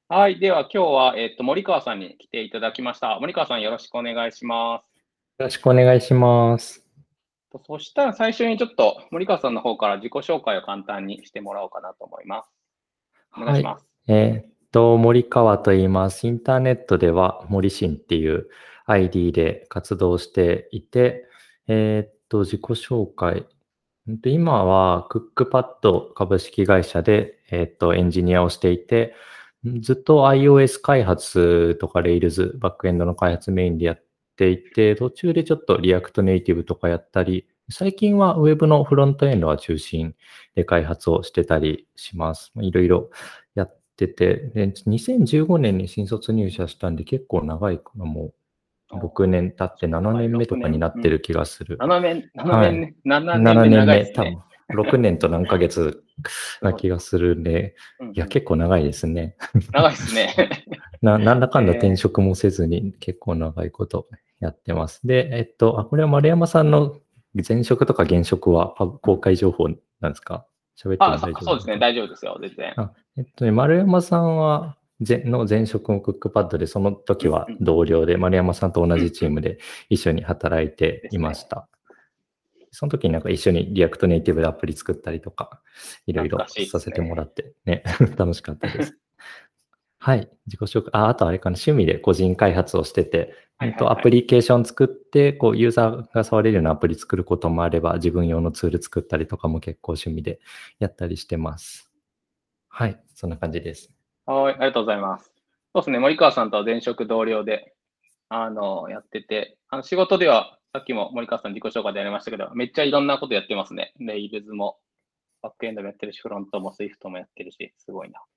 はい。では、今日は、森川さんに来ていただきました。森川さん、よろしくお願いします。 よろしくお願いします。 そしたら、最初にちょっと森川さんの方から自己紹介を簡単にしてもらおうかなと思います。お願いはい。 します。 森川と言います。インターネットでは森進っていう ID で活動していて、自己紹介。今はクックパッド株式会社で、エンジニアをしていて、ずっと iOS 開発とか Rails バックエンドの開発メインでやっていて、途中でちょっとリアクトネイティブとかやったり、最近は Web のフロントエンドが中心で開発をしてたりします。いろいろやってて、で2015年に新卒入社したんで結構長いかな、もう6年経って7 はい、 年目と 6 かに年。うん。 なってる気がする。 7 はい。 年ね。7年 7 目年目、 長いですね。 多分6年と何ヶ月すごい。 な気がするんで、いや、 うんうん。 結構長いですね。 長いですね。 なんだかんだ転え職もせずに結構長いことやってます。で、これは丸山さんの前職とか現職は公開情報なんですか？喋っても大丈夫そうですね。 なのかな？ 大丈夫ですよ。全然。 丸山さんは、前職もクックパッドで、その時はうんうん同僚で、丸山さんと同うんうん。 じチームで一緒に働いていですね。 ました。その時になんか一緒にリアクトネイティブでアプリ作ったりとか、いろいろ懐かしいでさせてもらすね。 ってね、楽しかったです。はい。自己紹介。あとあれかな、趣味で個人開発をしてて、アはいはいはい。 プリケーション作って、ユーザーが触れるようなアプリ作ることもあれば、自分用のツール作ったりとかも結構趣味でやったりしてます。はい。そんな感じです。 はい、ありがとうございます。そうですね。森川さんとは前職同僚で、やってて、仕事では、さっきも森川さん自己紹介でやりましたけど、めっちゃいろんなことやってますね。レイルズも、バックエンドもやってるし、フロントもスイフトもやってるし、すごいな。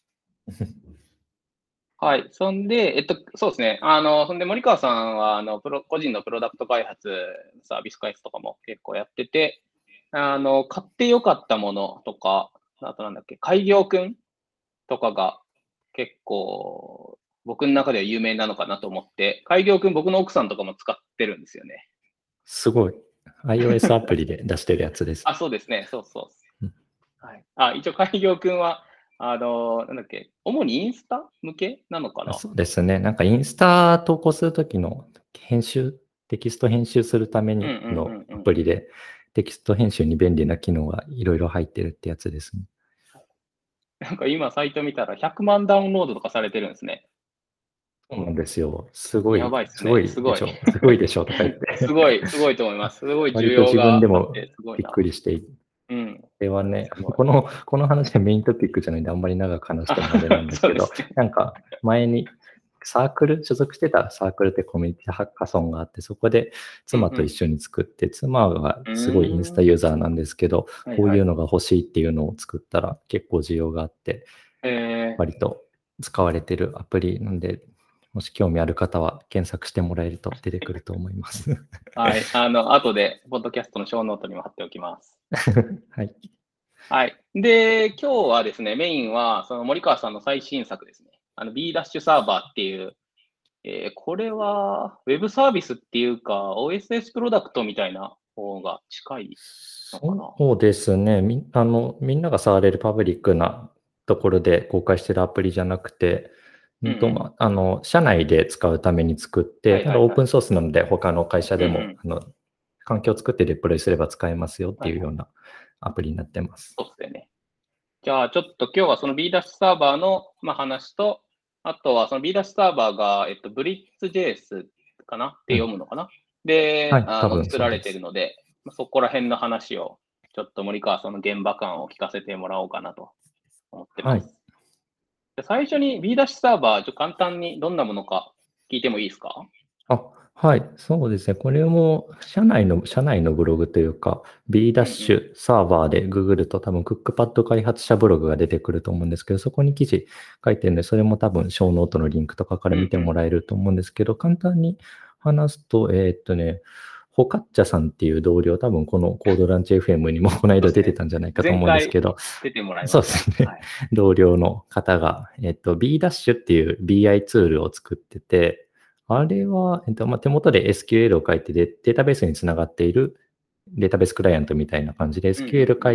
はい。そんで、そうですね。そんで森川さんは、個人のプロダクト開発、サービス開発とかも結構やってて、買ってよかったものとか、あとなんだっけ、開業くんとかが結構、僕の中では有名なのかなと思って、開業くん僕の奥さんとかも使ってるんですよね。 すごい。iOS アプリで出してるやつです。 そうですね。そうそう。 うんはい。一応、開業くんは、なんだっけ、主にインスタ向けなのかな？ そうですね。なんかインスタ投稿するときのテキスト編集するためうんうにのアんうんうん。 プリで、テキスト編集に便利な機能がいろいろ入ってるってやつですね。 なんか今、サイト見たら100万ダウンロードとかされてるんですね。 そうなんですよ。すごやい、すごばいっすね。すごい。 いでしょ。すごいでしょとか言っすて。 ごい、すごいと思います。すごい需割と自分要がでもあって、すごいびっな。 くりしていて。こうん。 れはね、 すごい。 この話はメイントピックじゃないんであんまり長く話してもあれなんですけど、 そうですね。 なんか前に所属してたサークルってコミュニティハッカソンがあって、そこで妻と一緒に作って、妻がうんすごいインスうん。 タユーザーなんですけど、 はいはい。 こういうのが欲しいっていうのを作ったら結構需要があって、 え割と使われてるアプリなんで、もし興味ある方は検索してもらえると出てくると思います。 はい。後で、ポッドキャストのショーノートにも貼っておきます。 はい。 はい。で、今日はですね、メインは、その森川さんの最新作ですね。B ダッシュサーバーっていう、これは、ウェブサービスっていうか、OSS プロダクトみたいな方が近いのかな。 そうですね。みんなが触れるパブリックなところで公開してるアプリじゃなくて、 うんうん。 社内で使うために作って、ただオーはいはいはい。 プンソースなので他の会社でも、 うんうん。 環境を作ってデプロイすれば使えますよってはいはい。 いうようなアプリになってます。 そうっすよね。じゃあ、ちょっと今日はその B ダッシュサーバーの、話と、あとはその B ダッシュサーバーが、ブリッツ JS かなってうん。 読むのかなで、 はい、多分作られそうです。 ているので、そこら辺の話を、ちょっと森川さんの現場感を聞かせてもらおうかなと思ってはい。 ます。で最初に B ダッシュサーバー、簡単にどんなものか聞いてもいいですか？ あ、はい、そうですね。これも社内のブログというか、B ダッうんうん。 シュサーバーでググると多分クックパッド開発者ブログが出てくると思うんですけど、そこに記事書いてるので、それも多分ショーノートのリンクとかから見てうんうん。 もらえると思うんですけど、簡単に話すと、ホカッチャさんっていう同僚、多分このコードランチ FM にもこの間出てそうですね。 たんじゃないかと思うんです前回けど、 出てもらいまそうした。 ですね。 はい。 同僚の方が、B ダッシュっていう BI ツールを作ってて、あれは、手元で SQL を書いてデータベースにつながっているデータベースクライアントみたいな感じでうんうん SQL 書い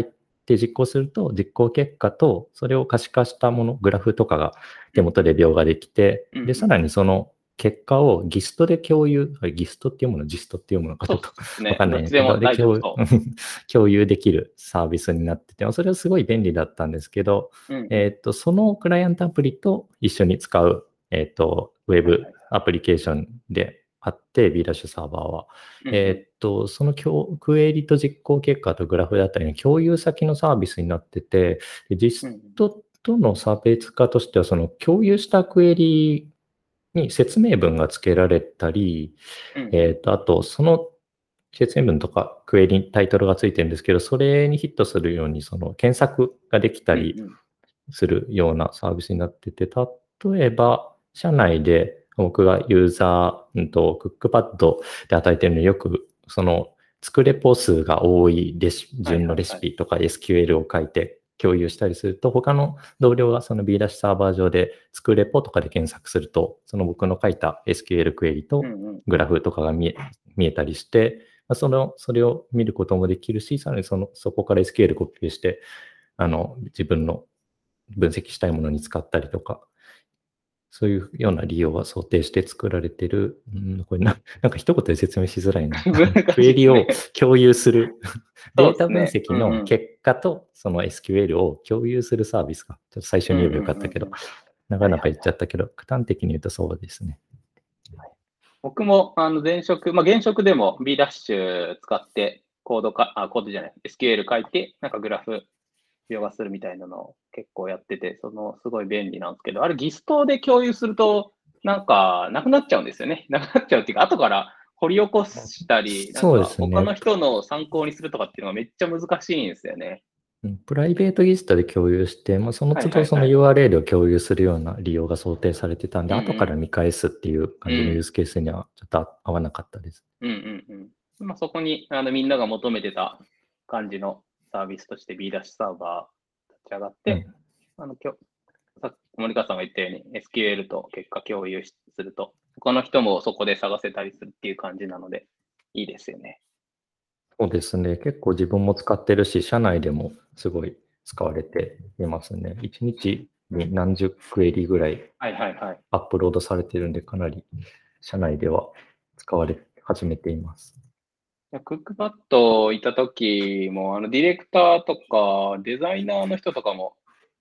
って実行すると、実行結果とそれを可視化したもの、グラフとかが手元で描画できて、で、さらにその結果を GIST で共有、GIST っていうもの、GIST っていうものかちょっとわかんないんだけど、で共有できるサービスになってて、それはすごい便利だったんですけど、そのクライアントアプリと一緒に使う、ウェブアプリケーションであって、B' サーバーは。そのクエリと実行結果とグラフだったりの共有先のサービスになってて、GIST との差別化としては、その共有したクエリに説明文が付けられたり、あと、その説明文とかクエリにタイトルがついてるんですけど、それにヒットするように、その検索ができたりするようなサービスになってて、例えば、社内で僕がユーザー、クックパッドで与えてるのによく、その作レポ数が多い順のレシピとか SQL を書いて共有したりすると、他の同僚がその B' サーバー上で作レポとかで検索すると、その僕の書いた SQL クエリとグラフとかが見えたりして、それを見ることもできるし、さらにそこから SQL コピーして、自分の分析したいものに使ったりとか、そういうような利用は想定して作られている。これなんか一言で説明しづらいな。クエリを共有する。データ分析の結果とその SQL を共有するサービスか。ちょっと最初に言えばよかったけど、なかなか言っちゃったけど、端的に言うとそうですね。 僕も現職でも B' 使ってコードじゃない、SQL 書いて、なんかグラフ描画するみたいなのを結構やってて、すごい便利なんですけど、あれ GIST で共有すると、なんかなくなっちゃうんですよね。なくなっちゃうっていうか、後から掘り起こしたり、なんか他の人の参考にするとかっていうのがめっちゃ難しいんですよね。 プライベート GIST で共有して、その都度その URL を共有するような利用が想定されてたんで、後から見返すっていう感じのユースケースにはちょっと合わなかったです。 そこにみんなが求めてた感じのサービスとして B' サーバー立ち上がって、さっき森川さんが言ったように SQL と結果共有すると、他の人もそこで探せたりするっていう感じなので、いいですよね。 そうですね。結構自分も使ってるし、社内でもすごい使われていますね。1日に何十クエリぐらいアップロードされてるんで、かなり社内では使われ始めています。 クックパッドいた時も、ディレクターとかデザイナーの人とかも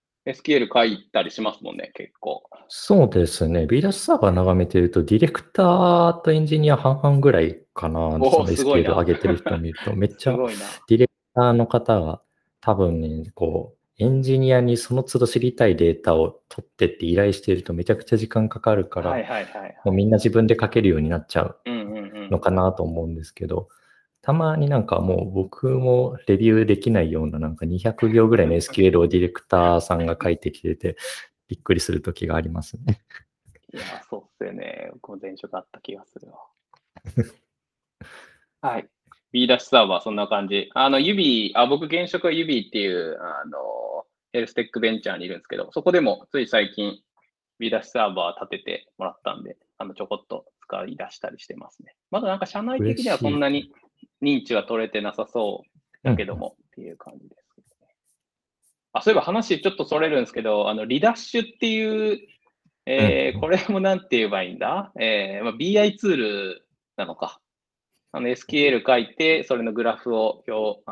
SQL 書いたりしますもんね、結構。 そうですね。B' サーバー眺めてると、ディレクターとエンジニア半々ぐらいかな。その SQL 上げてる人を見ると、めっちゃディレクターの方が多分ね、エンジニアにその都度知りたいデータを取ってって依頼しているとめちゃくちゃ時間かかるから、もうみんな自分で書けるようになっちゃうのかなと思うんですけど、たまになんかもう僕もレビューできないようななんか200行ぐらいの SQL をディレクターさんが書いてきてて、びっくりするときがありますね。 いや、そうっすよね。僕も前職あった気がするわ。はい。B' サーバー、そんな感じ。僕、現職はUbiっていう、ヘルステックベンチャーにいるんですけど、そこでもつい最近 B' サーバー立ててもらったんで、ちょこっと使い出したりしてますね。まだなんか社内的にはそんなに認知は取れてなさそうだけども、っていう感じです。そういえば話ちょっとそれるんですけど、リダッシュっていう、これもなんて言えばいいんだ、BI ツールなのか。SQL 書いて、それのグラフを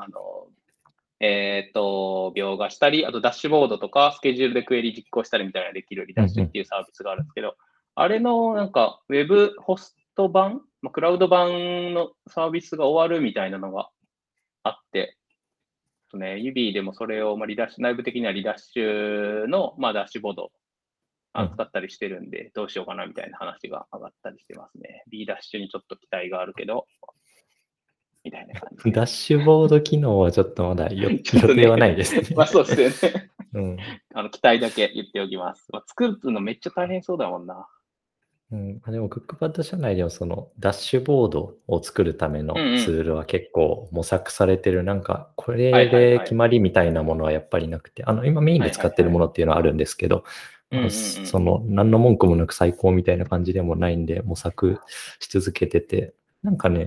描画したり、あとダッシュボードとかスケジュールでクエリ実行したりみたいなできるリダッシュっていうサービスがあるんですけど、あれのなんか Web ホスト版、クラウド版のサービスが終わるみたいなのがあって、Ubi でもそれを、内部的にはリダッシュの、ダッシュボード使ったりしてるんで、どうしようかなみたいな話が上がったりしてますね。B ダッシュにちょっと期待があるけど、みたいな感じ。 ダッシュボード機能はちょっとまだ予定はないですね。 そうですよね。期待だけ言っておきます。作るのめっちゃ大変そうだもんな。 でも、クックパッド社内でもそのダッシュボードを作るためのツールは結構模索されてる、なんか、これで決まりみたいなものはやっぱりなくて、今メインで使ってるものっていうのはあるんですけど、何の文句もなく最高みたいな感じでもないんで、模索し続けてて、なんかね、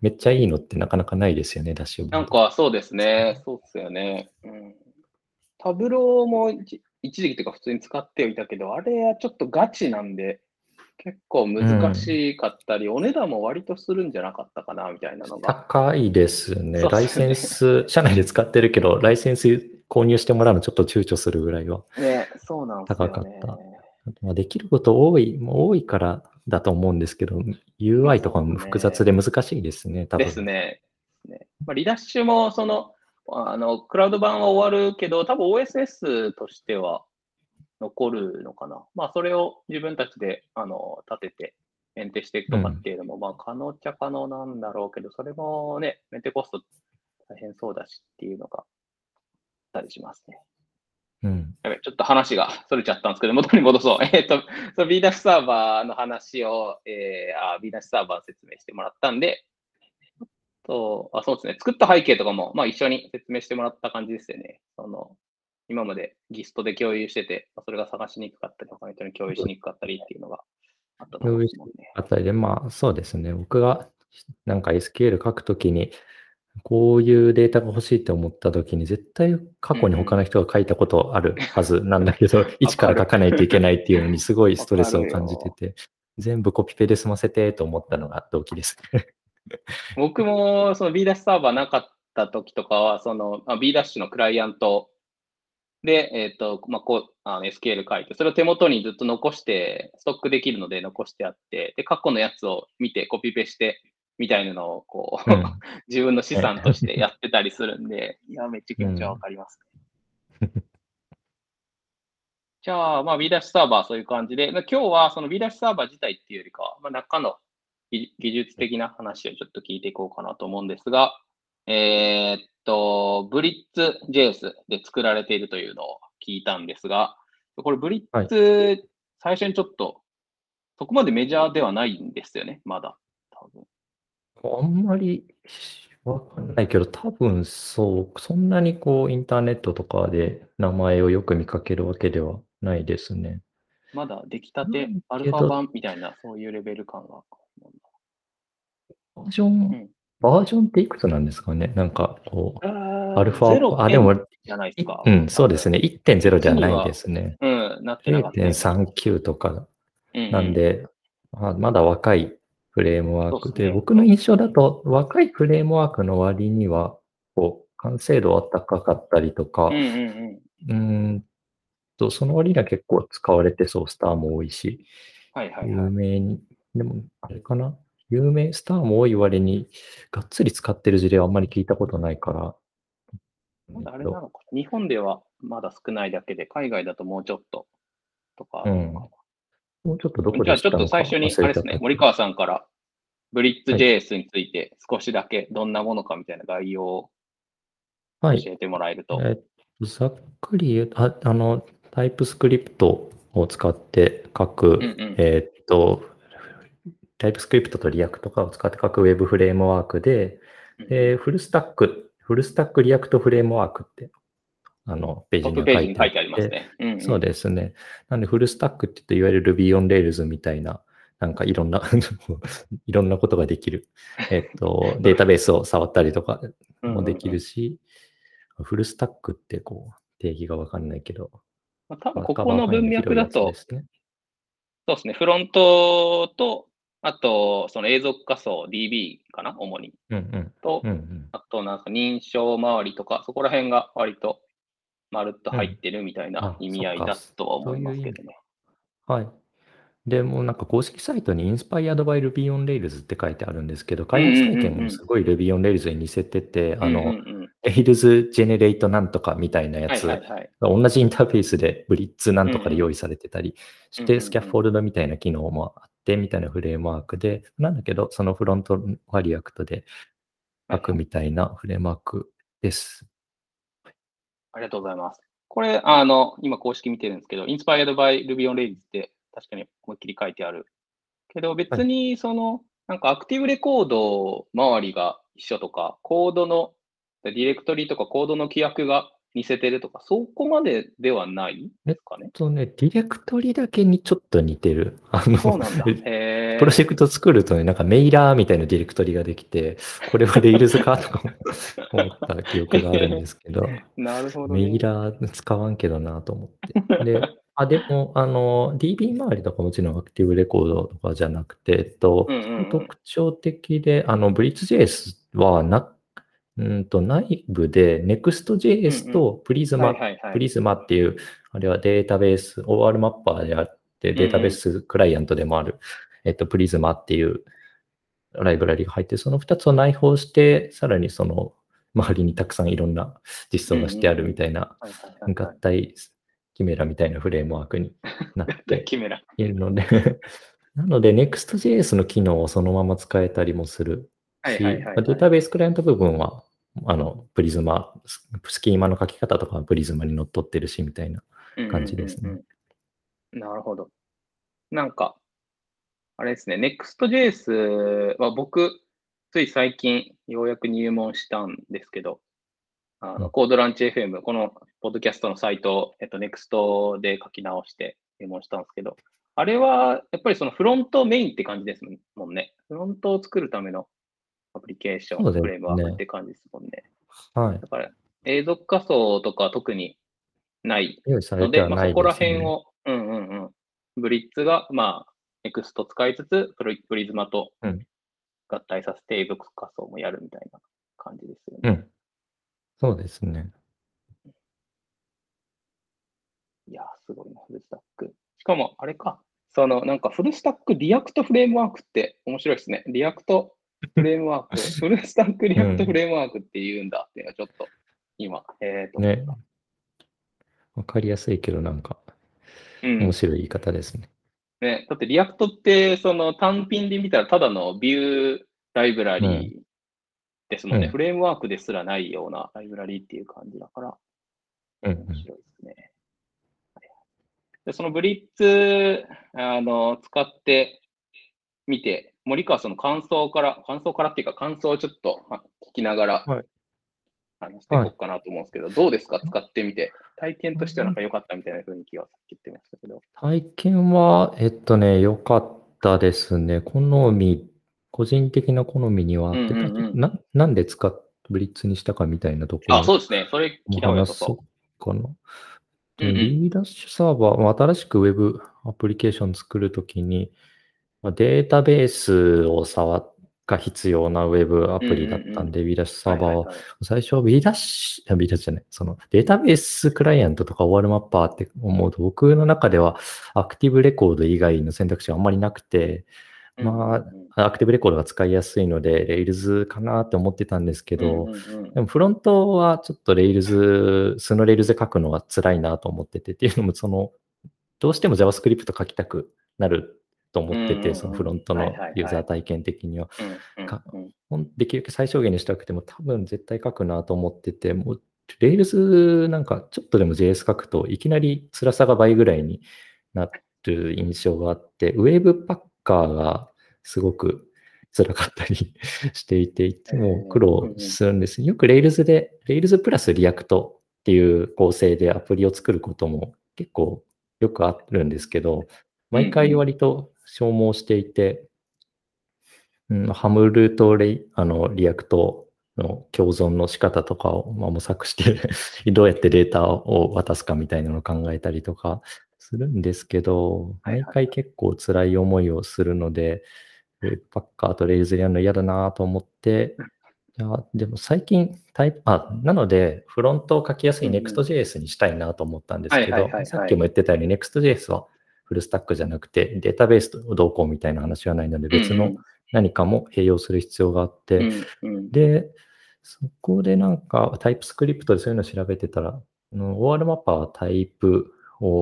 めっちゃいいのってなかなかないですよね、ダッシュボード。 なんかそうですね。そうですよね。うん。タブローも一時期というか普通に使ってはいたけど、あれはちょっとガチなんで、結構難しかったり、お値段も割とするんじゃなかったかな、みたいなのが。 高いですね。 そうっライセすよね。 ンス、社内で使ってるけど、ライセンス購入してもらうのちょっと躊躇するぐらいはね、そうなんです高よね。 かった。まあできること多いからだと思うんですけど、UI とかも複雑で難しいですね、多分。 ですね。まあ、リダッシュも、クラウド版は終わるけど、多分 OSS としては残るのかな。まあ、それを自分たちで、立てて、メンテしていくとかっていうのも、まあ、可能っちゃ可能なんだろうけど、それもね、メンテコスト大変そうだしっていうのがあったりしますね。やべ、ちょっと話がそれちゃったんですけど、元に戻そう。その B ダッシュサーバーの話を、B ダッシュサーバー説明してもらったんで、そうですね。作った背景とかも、まあ一緒に説明してもらった感じですよね。今までギストで共有してて、それが探しにくかったり、他の人に共有しにくかったりっていうのがあったと思うんですもんね。 あたりで、まあそうですね。僕がなんか SQL 書くときに、こういうデータが欲しいって思ったときに、絶対過去に他の人が書いたことあるはずなんだけど、一から書かないといけないっていうのにすごいストレスを感じてて、全部コピペで済ませてと思ったのが動機です。 僕もその B ダッシュサーバーなかった時とかは、B ダッシュのクライアントで、SQL 書いて、それを手元にずっと残して、ストックできるので残してあって、で、過去のやつを見てコピペして、みたいなのを自分の資産としてやってたりするんで、いや、めっちゃ気持ちはわかりますね。じゃあ、まあ、B ダッシュサーバーそういう感じで、今日はその B ダッシュサーバー自体っていうよりかは、まあ、中の技術的な話をちょっと聞いていこうかなと思うんですが、ブリッツ JS で作られているというのを聞いたんですが、これブリッツ、最初にちょっと、そこまでメジャーではないんですよね、まだ。多分あんまりわかんないけど、多分そう、そんなにこうインターネットとかで名前をよく見かけるわけではないですね。 まだ出来たて、アルけど、 ファ版みたいな、そういうレベル感が。 バージョン、バージョンっていくつなんですかね。なんかこう、アルフゼロァ、でも、 じゃないですか。 そうですね。1.0じゃないですね。 なってなかった。 0.39とかなんで、まだ若いフレームワークで、 ね、 僕の印象だと、若いフレームワークの割には、こう、完成度は高かったりとか、その割には結構使われてそう、スターも多いし、有名に、でも、あれかな、スターも多い割に、がっつり使ってる事例はあんまり聞いたことないから。 まだあれなのか。日本ではまだ少ないだけで、海外だともうちょっととかあるのかな。 もうちょっとどこじゃあちょっとで知ったのか最初に、あれですね、森川さんからブリッツ JS について少しだけどんなものかみたいな概要を教えてもらえると。 ざっくり言うと、タイプスクリプトを使って書く、タイプスクリプトとリアクトとかを使って書くウェブフレームワークで、フルスタックリアクトフレームワークって、ページには書いてあって、そうですね。なんで、フルスタックって言うと、いわゆる Ruby on Rails みたいな、なんかいろんないろんなことができる。データベースを触ったりとかもできるし、フルスタックってこう、定義がわかんないけど。 多分ここの文脈だと、 そうですね、フロントと、あと、その永続仮想 DB かな、主に。と、あと、なんか認証周りとか、そこら辺が割とまるっと入ってるみたいな意味合いだとは思いますけどね。 はい。で、もうなんか公式サイトに Inspired by Ruby on Rails って書いてあるんですけど、開発体験もすごい Ruby on Rails に似せてて、Rails Generate なんとかみたいなやつ、同じインターフェースでブリッツなんとかで用意されてたりして、スキャフォールドみたいな機能もあって、みたいなフレームワークで、なんだけど、そのフロントはリアクトで書くみたいなフレームワークです。 ありがとうございます。これ、今公式見てるんですけど、Inspired by Ruby on Rails って確かに思いっきり書いてある。けど別になんかアクティブレコード周りが一緒とか、コードのディレクトリとかコードの規約が似せてるとか、そこまでではないですかね。 ディレクトリだけにちょっと似てる。 そうなんだ。 プロジェクト作るとね、なんかメイラーみたいなディレクトリができて、これはレイルズかとか思った記憶があるんですけど、 なるほどメイね。 ラー使わんけどなと思って。で、でも、DB 周りとかもちろんアクティブレコードとかじゃなくて、 うんうんうん。 特徴的で、ブリッツ JS は内部で Next.js とはいはいはい。 プリズマっていう、あれはデータベース、OR マッパーであって、データベースクライアントでもある、プリズマっていうライブラリが入って、その2つを内包して、さらにその周りにたくさんいろんな実装がしてあるみたいな、 はいはいはい合はい。 体キメラみたいなフレームワークになってキメラ。 いるのでなので Next.js の機能をそのまま使えたりもするはいはいし、 はいはい。 データベースクライアント部分は、プリズマ、スキーマの書き方とかはプリズマにのっとってるし、みたいなうんうん感じですね。 うんうん。なるほど。なんか、あれですね、Next.js は僕、つい最近ようやく入門したんですけど、 うん、 コードランチ FM、このポッドキャストのサイトを、Next で書き直して入門したんですけど、あれはやっぱりそのフロントメインって感じですもんね。フロントを作るためのアプリケーション、 そうでフレームワークっすね。 て感じですもんね。 はい。 だから、永続仮想とか特にない用意されので、 てはないそこらですね。 辺を、ブリッツが、ネクスト使いつつ、プリズマとうん。 合体させて永続仮想もやるみたいな感じですよね。 うん。そうですね。 いやすごいな、フルスタック。しかも、あれか、なんかフルスタックリアクトフレームワークって面白いですね。リアクトフレームワーク、フルスタックリアクトフうん。 レームワークって言うんだっていうのはちょっと今、と思っね。 た。 わかりやすいけど、なんか、 うん。 面白い言い方ですね。 ね、だってリアクトって、単品で見たらただのビューライブラうん。 リーですもんね。 うん。 フレームワークですらないようなライブラリーっていう感じだから、 うん。うん。 面白いですね。で、そのブリッツ、使ってみて、森川さんの感想からっていうか感想をちょっと聞きながらはい。 話していはい。 こうかなと思うんですけど、どうですか使ってみて。体験としてはなんか良かったみたいな雰囲気はさっき言ってましたけど。 体験は、良かったですね。個人的な好みにはあうんって、 うんうん。 なんでブリッツにしたかみたいなとこあ、 ろそうですね。それ聞もいた方が良さ話そうそかな。 う。うんうん。 リーダッシュサーバー、新しくウェブアプリケーション作るときに、データベースが必要なウェブアうんうんプリだったうん。 んで、ビーダッシュサーバーを、 はいはいはい。 最初、ビーダッシュじゃない、そのデータベースクライアントとか OR マッパーって思うと、僕の中ではアクティブレコード以外の選択肢はあんまりなくて、 うんうんアクティブレコードが使いやすいので、Rails かなって思ってたんですけうん。うんど、 うんうん。 でもフロントはちょっと素の Rails で書くのは辛いなと思ってて、っていうのも、どうしても JavaScript 書きたくなると思うんってて、 うんうん。 そのフロントはいのユーはいはい。 ザー体験的には。 うんうんかうん。 できるだけ最小限にしたくても、多分絶対書くなと思ってて、もう Rails なんかちょっとでも JS 書くと、いきなり辛さが倍ぐらいになる印象があって、ウェブパッカーがすごく辛かったりしていて、いつも苦労うんうん。 するんです。よく Rails プラス React っていう構成でアプリを作ることも結構よくあるんですけど、 うん毎回うん。 割と消耗していて、ハムルとリアクトの共存の仕方とかを模索してどうやってデータを渡すかみたいなのを考えたりとかするんですけど、毎はいはい。 回結構辛い思いをするので、ウェブパッカーとレイルズでやるの嫌だなと思って、いや、でも最近なので、フロントを書きやすいうんうん。 Next.js にしたいなと思ったんですはいはいけど、 はいはい。 さっきも言ってたように Next.js はフルスタックじゃなくて、データベースとどうこうみたいな話はないので、別のうん何かも併用する必要があっうん。 て、 うんうん。 で、そこでなんかタイプスクリプトでそういうのを調べてたら、OR マッパーはタイプ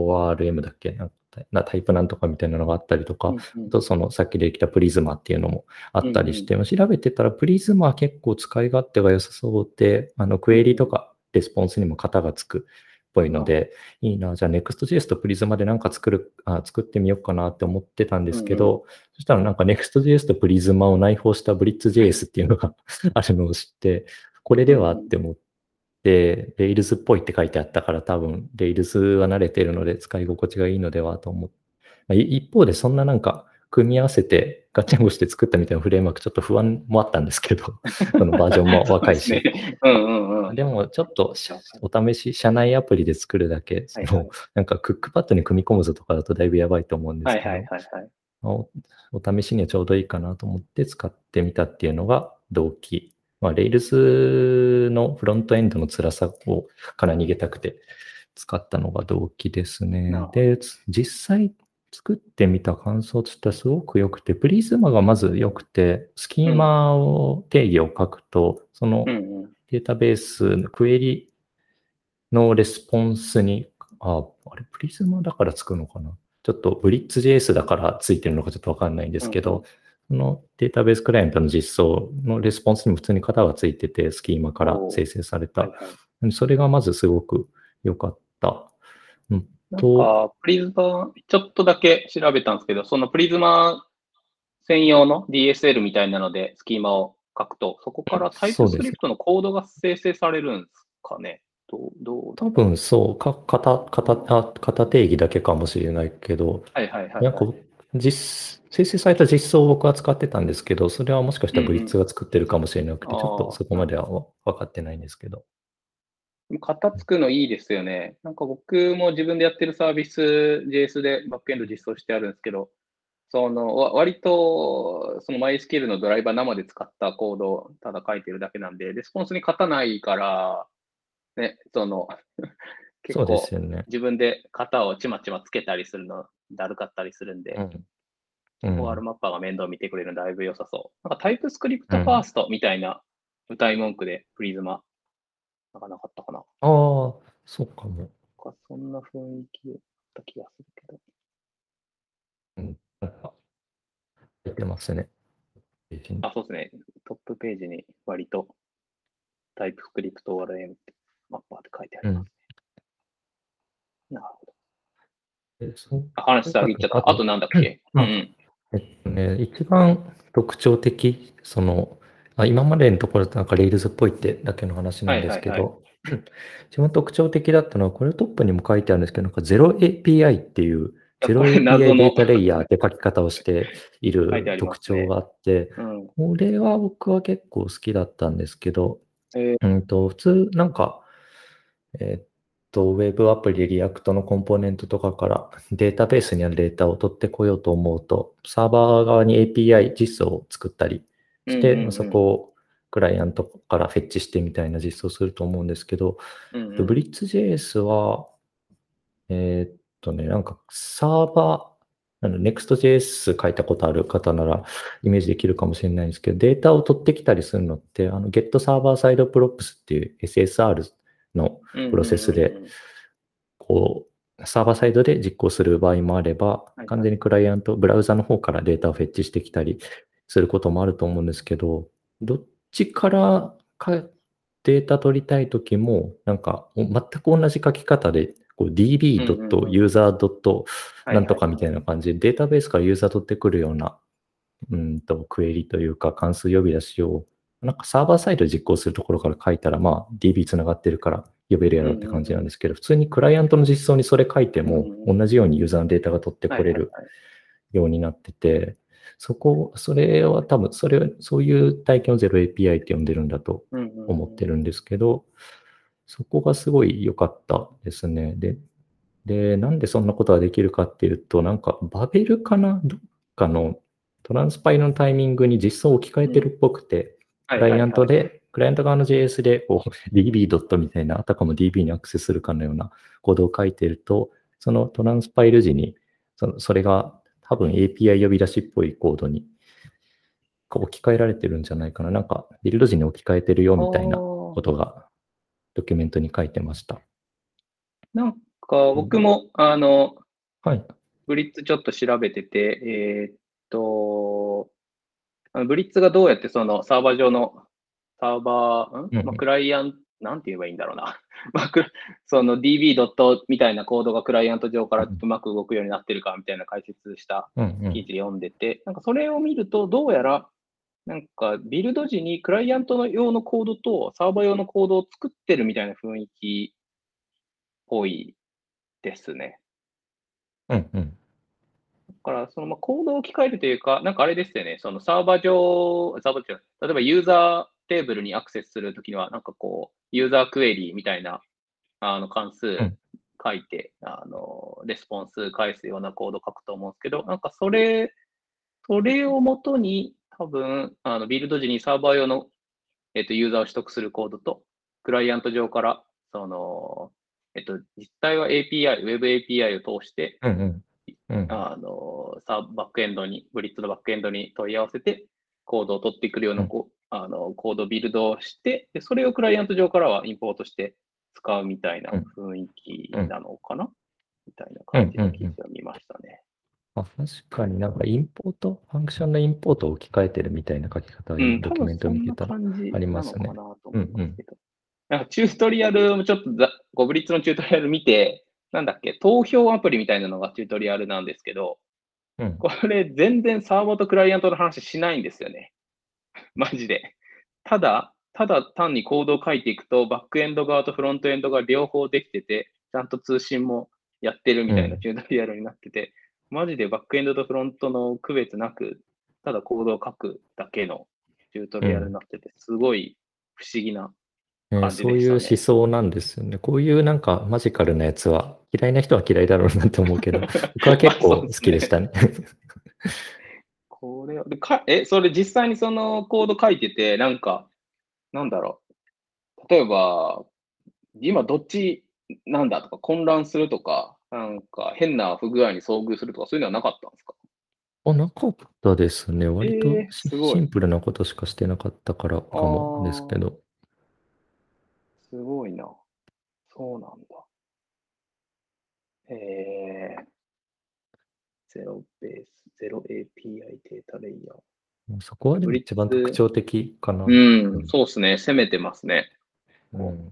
ORM だっけタイプなんとかみたいなのがあったりとか、 うんうん。 あとさっきできたプリズマっていうのもあうんうん。 ったりして、調べてたらプリズマは結構使い勝手が良さそうで、クエリとかレスポンスにも型がつくっぽいので、いいな、じゃあ Next.js とプリズマでなんか作ってみようかなって思ってたんでうんうん。 すけど、そしたらなんか Next.js とプリズマを内包した BlitzJS っていうのがあるのを知って、これでうんうん。 はって思って、Rails っぽいって書いてあったから多分 Rails は慣れてるので使い心地がいいのではと思って、一方でそんななんか組み合わせてガッチャンコして作ったみたいなフレームワークちょっと不安もあったんですけど、そのバージョンも若いし。 そうですね。うんうんうん。 でもちょっとお試し、社内アプリで作るだけ、 はいはい。 なんかクックパッドに組み込むぞとかだとだいぶやばいと思うんではいはいすけど、 はいはい。 お試しにはちょうどいいかなと思って使ってみたっていうのが動機。まあ、Rails のフロントエンドの辛さから逃げたくて使ったのが動機ですね。 なるほど。 で、実際作ってみた感想としてはすごく良くて、プリズマがまず良くて、スキーマを定義を書くと、そのうんうん。 データベースのクエリのレスポンスに、あれ、プリズマだからつくのかな。ちょっとブリッツ JS だからついてるのかちょっとわかんないんですけど、そのデータベースクライアントの実装のレスポンスにも普通に型がついてて、スキーマから生成された。 はいはい。 それがまずすごく良かった。 なんか、プリズマ、ちょっとだけ調べたんですけど、そのプリズマ専用の DSL みたいなので、スキーマを書くと、そこからタイプそうです。 スクリプトのコードが生成されるんですかね。どう多分そう、型定義だけかもしれないけど、 はいはいはいなんかはい。 生成された実装を僕は使ってたんですけど、それはもしかしたらブリッうんうん。 ツが作ってるかもしれなくて、ちょっとああ、 そこまでは分かってないんですけど。 型つくのいいですよね。なんか僕も自分でやってるサービス JS でバックエンド実装してあるんですけど、割と、その MySQL のドライバー生で使ったコードをただ書いてるだけなんで、レスポンスに型ないから、ね、結そうです構よね。 自分で型をちまちまつけたりするのだるかったりするんで、 うん。う OR ん。 マッパーが面倒見てくれるのだいぶ良さそう。なんかタイプスクリプうん。 トファーストみたいな歌い文句でプリズマ、なんかなかったかな。 ああ、そうかも。 そんな雰囲気だった気がするけど。 うん。なんか、出てますね。 そうですね。トップページに割とタイプスクリプト ORM ってマッパーって書いてあります。 うん。 なるほど。 そう話遮っちゃった。あとなんだっけ。うんうん。 一番特徴的、今までのところなんか Rails っぽいってだけの話なはんでいはいはい。 すけど、一番特徴的だったのは、これトップにも書いてあるんですけど、なんか 0API っていう、 これ 0API 謎のデータレイヤーって書き方をしてい書いてありまる特すね。 徴があって、 うん。 これは僕は結構好きだったんですけど、 えー、 普通なんか、えーっウェブアプリ、リアクトのコンポーネントとかからデータベースにあるデータを取ってこようと思うと、サーバー側に API 実装を作ったりうんうして、そんうん。 こをクライアントからフェッチしてみたいな実装をすると思うんですけど、 うんうん。 ブリッツ JS は、なんかサーバー、Next.js 書いたことある方ならイメージできるかもしれないんですけど、データを取ってきたりするのって、Get Server Side Props っていう SSR のプロうんうんうセスで、 んうん。 サーバーサイドで実行する場合もあれば、完はいはい。 全にクライアント、ブラウザの方からデータをフェッチしてきたりすることもあると思うんですけど、どっちからデータ取りたいときも、なんか全く同じ書き方で、 うんうんうん。 db.user. はいなんとはいはい。 かみたいな感じで、データベースからユーザー取ってくるような、クエリというか関数呼び出しを、なんかサーバーサイドで実行するところから書いたら、まあ DB つながってるから呼べるやうんろって感うんうん。 じなんですけど、普通にクライアントの実装にそれ書いても、 うんうんうん。 同じようにユーザーのデータが取ってはいはいこれるはい。 ようになってて、それは多分、そういう体験を 0API って呼んでるんだとうんうんうん。 思ってるんですけど、そこがすごい良かったですね。で、なんでそんなことができるかっていうと、なんかバベルかなどっかのトランスパイのタイミングに実装を置き換えてるっぽくて、 はいはいはい。 クライアント側の JS でDB ドットみたいな、あたかも DB にアクセスするかのようなコードを書いてると、そのトランスパイル時に、それが多分 API 呼び出しっぽいコードに置き換えられてるんじゃないかな。なんか、ビルド時に置き換えてるよあみたいなあ、 ことがドキュメントに書いてました。 なんかうん、 僕も、 はい。 ブリッツちょっと調べてて、と、ブリッツがどうやってそのサーバー上の、サーバー、まあ、 うん。 クライアント、なんて言えばいいんだろうな。まあ、その DB ドットみたいなコードがクライアント上からうまく動くようになってるかみたいな解説したうん。うん。 記事読んでて、なんかそれを見ると、どうやら、なんかビルド時にクライアントの用のコードとサーバー用のコードを作ってるみたいな雰囲気っぽいですね。 うん。うん。 から、そのコードを置き換えるというか、なんかあれですよね、そのサーバー上、サーバー上、例えばユーザーテーブルにアクセスするときには、なんかこう、ユーザークエリみたいな関数うん。 書いて、レスポンス返すようなコード書くと思うんですけど、なんかそれをもとに、多分、ビルド時にサーバー用の、ユーザーを取得するコードと、クライアント上から、実際は API、Web API を通して、 うんうん。うん。 バックエンドに、ブリッツのバックエンドに問い合わせて、コードを取ってくるようなうんコードビルドをして、で、それをクライアント上からはインポートして使うみたいなうん雰囲気うんなのかなみたいなうん感じの記うんうん。 事を見ましたね。 確かになんかインポート、ファンクションのインポートを置き換えてるみたいな書き方はうん、多今ドキュメント分そんな見てたら感じありまなのすね。 かなとうんうん。 思いますけど。なんかチュートリアルもちょっとブリッツのチュートリアル見て、なんだっけ、投票アプリみたいなのがチュートリアルなんですけど、 うん。 これ全然サーバーとクライアントの話しないんですよね。マジで。ただ単にコードを書いていくと、バックエンド側とフロントエンドが両方できてて、ちゃんと通信もやってるみたいなうん。 チュートリアルになってて、マジでバックエンドとフロントの区別なく、ただコードを書くだけのチュートリアルにうん。 なってて、すごい不思議な感じでそういう思したね。 想なんですよね。こういうなんかマジカルなやつは嫌いな人は嫌いだろうなって思うけど、僕はまあ結構好そうですね。 きでしたね。 これそれ実際にそのコード書いてて、なんか、なんだろう。例えば、今どっちなんだとか混乱するとか、なんか変な不具合に遭遇するとか、そういうのはなかったんですか？ なかったですね。割とすごい。 シンプルなことしかしてなかったからあかもですけあ、 ど。 すごいな。そうなんだ。えゼロベース、ゼロ API データレイヤー。 そこはでブリッも一番特ツ、 徴的かな。 うん、 うん。 そうですね。攻めてますね。こううん。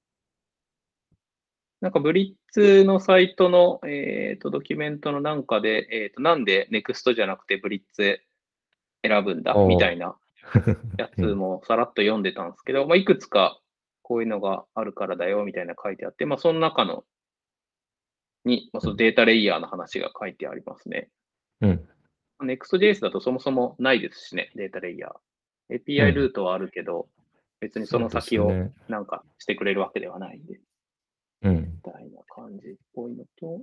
なんかブリッツのサイトの、ドキュメントのなんかで、なんで NEXT じゃなくてブリッツ選ぶんだみたおーいなやうん。 つもさらっと読んでたんですけど、まあ、いくつかこういうのがあるからだよみたいな書いてあって、まあ、その中のに、まあ、そのデータレイヤーの話が書いてありますね。 うん。 Next.js だとそもそもないですしね、データレイヤー。 う API ルん。 ートはあるけど、別にそのそうで先をすね。 なんかしてくれるわけではないんで、 うん。 みたいな感じっぽいのと、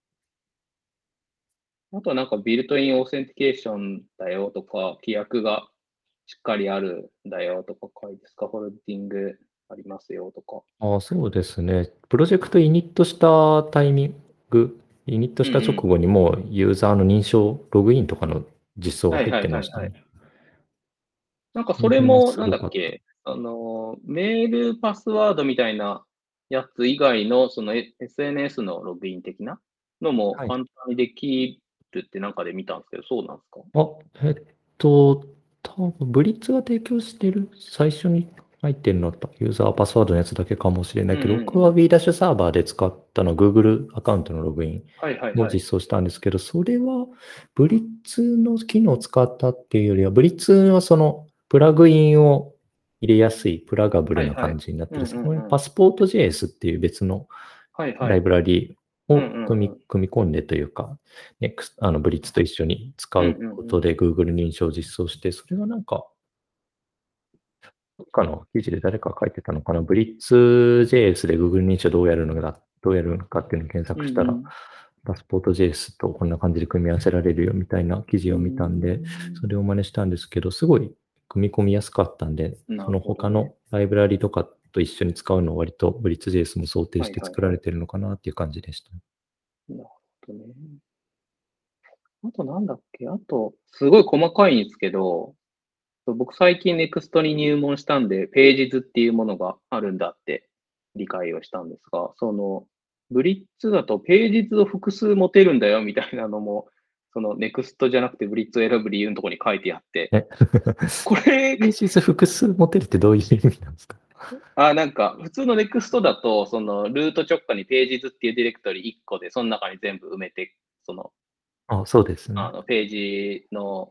あとはなんかビルトインオーセンティケーションだよとか、規約がしっかりあるんだよとか書いて、スカフォルディングありますよとか。 そうですね。プロジェクトイニットしたタイミング、イニットした直うんうん。 後にもうユーザーの認証、ログインとかの実装がはいは入っていはいはい。 ましたね。 なんかその辺はそれも、なんすごかった。 だっけ、メールパスワードみたいなやつ以外の、その SNS のログイン的なのもはい。 簡単にできるってなんかで見たんですけど、そうなんですか？ あ、えっと、多分ブリッツが提供してる、最初に入ってるのはユーザーパスワードのやつだけかもしれないけど、 うんうん僕はうん。 B ダッシュサーバーで使ったのは Google アカウントのログインはいはいはい。 を実装したんですけど、それはブリッツの機能を使ったっていうよりは、ブリッツはそのプラグインを入れやすいプラガブルなはいはい。 感じになってる。 うんそこにうんうん。 パスポート JS っていう別のライはいはい。 ブラリうんをうんうん。 組み込んでというか、ブリッツと一緒に使うんううんうん。 ことで Google 認証を実装して、それがなんか、どっかの記事で誰か書いてたのかな、ブリッツ JS で Google 認証どうやるのかっていうのを検うんう索したら、 ん。 パスポート JS とこんな感じで組み合わせられるよみたいな記うー事を見たんで、それん。 を真似したんですけど、すごい組み込みやすかったんで、 なるそのほどね。 他のライブラリとかと一緒に使うのを割とブリッツ JS も想定はしていはいはい。 作られてるのかなっていう感じでした。 なるほどね。あとなんだっけ、あと、すごい細かいんですけど、僕最近ネクストに入門したんで、ページズっていうものがあるんだって理解をしたんですが、ブリッツだとページズを複数持てるんだよみたいなのも、そのネクストじゃなくてブリッツを選ぶ理由のところに書いてあって、 え、 これ、 ページ数複数持てるってどういう意味なんですか？ なんか、普通のネクストだと、そのルート直下にページズっていうディレクトリ1個で、その中に全部埋めて、そのそうですね。 ページの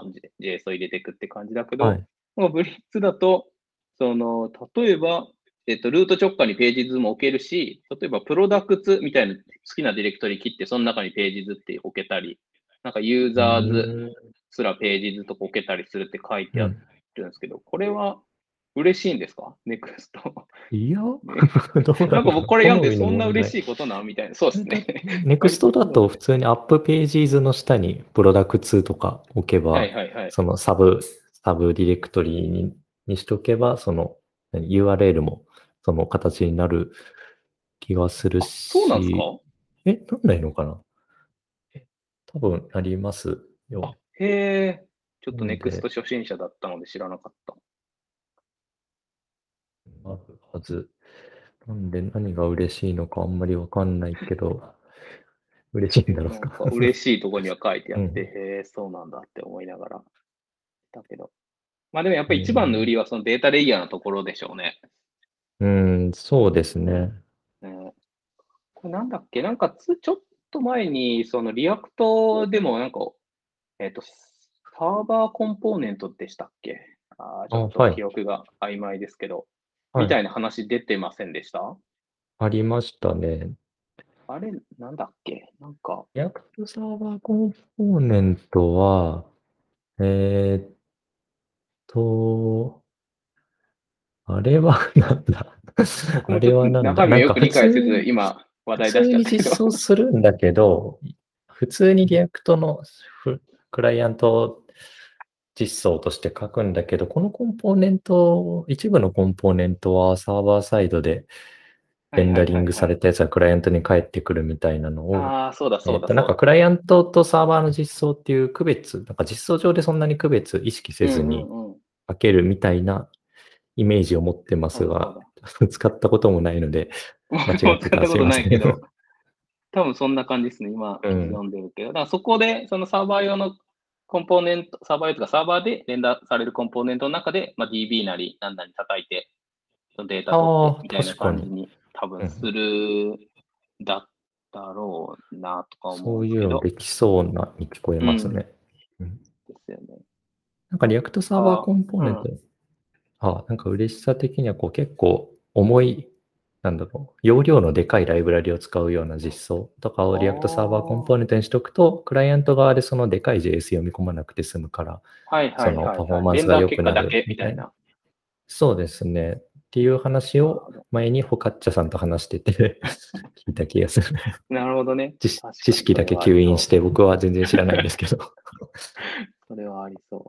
JS を入れていくって感じだけど、 はい。 ブリッツだと、例えば、ルート直下にページ図も置けるし、例えばプロダクツみたいな好きなディレクトリ切って、その中にページ図って置けたり、 なんかユーうザーズーん。 すらページズと置けたりするって書いてあうん。 るんですけど、これは嬉しいんですか？ネクスト。 いや、 ね、 どうななんかんだろう。 僕これ読んで好みのそんな問題。 嬉しいことなみたいな。そうですだね。 ネクス割とトだと好み。 普通にアップページ図の下にプロダクツとか置けはいば、 はいはい。 そのサブディレクトリにしとけば、そのURL もその形になる気がするあ、そうなんですか？ し、なんないのかな。多分ありますよ。 あ、へえ。ちょっとネクストなんで、 初心者だったので知らなかった。 あるはず。なんで何が嬉しいのかあんまりわかんないけど、嬉しいんだろうか。 なんか嬉しいとこには書いてあって、 うん。 へえ、そうなんだって思いながら。だけど。まあでもやっぱり一番の売えりはそのデータレイヤーのところでしょうね。 うん、そうですね。 ね、これなんだっけ、なんかちょっと前に、そのリアクトでもなんか、サーバーコンポーネントでしたっけ？ちょっとはい。 記憶が曖昧ですけど、みはい。 たいな話出てませんでした？ ありましたね。 あれ、なんだっけ、なんか、 リアクトサーバーコンポーネントは、えーっと、あれはなんだあれ僕もちょっとはなんだ中身をよく理なんか解せず、今話普題出し通に実ちゃったけど。 装するんだけど、普通にリアクトのクライアント実装として書くんだけど、このコンポーネント、一部のコンポーネントはサーバーサイドではいはレンダリンいはいはい。 グされたやつがクライアントに返ってくるみたいなのを、 ああ、そうだそうだなんかそうだ。 クライアントとサーバーの実装っていう区別、なんか実装上でそんなに区別意識せうんうずにんうん。 書けるみたいなイメージを持ってますが、 そうだそうだ。 使ったこともないので、間僕も違ってたら使ったことすいません。 ないけど、多分そんな感じですね。今、 うん。 記事読んでるけど。だからそこで、そのサーバー用のコンポーネント、サーバー用とかサーバーで連打されるコンポーネントの中で、まあ、DB なり、なんなり叩いて、そのデータ取ってああ、 みたいな確かに。 感じに多分すうん。 るだったろうなとか思そういうのうんですけど、 できそうなに聞こえうん、 ますね。うん。 ですよね。 なんかリアクトサーバーコンポーネント、なんか嬉しさ的にはこう結構重い、なんだろう、容量のでかいライブラリを使うような実装とかをリアクトサーバーコンポーネントにしておくと、クライアント側でそのでかい JS 読み込まなくて済むから、 はいはいそのはいはい。レンパフォーマンスがダー結果だ良くなるみたいな。 けみたいな。 そうですね。っていう話をなるほど。 前にフォカッチャさんと話してて聞いた気がする。 なるほどね。確知かにそれ識だけはありそ吸引して僕は全然知らないんですけど。 う。それはありそう。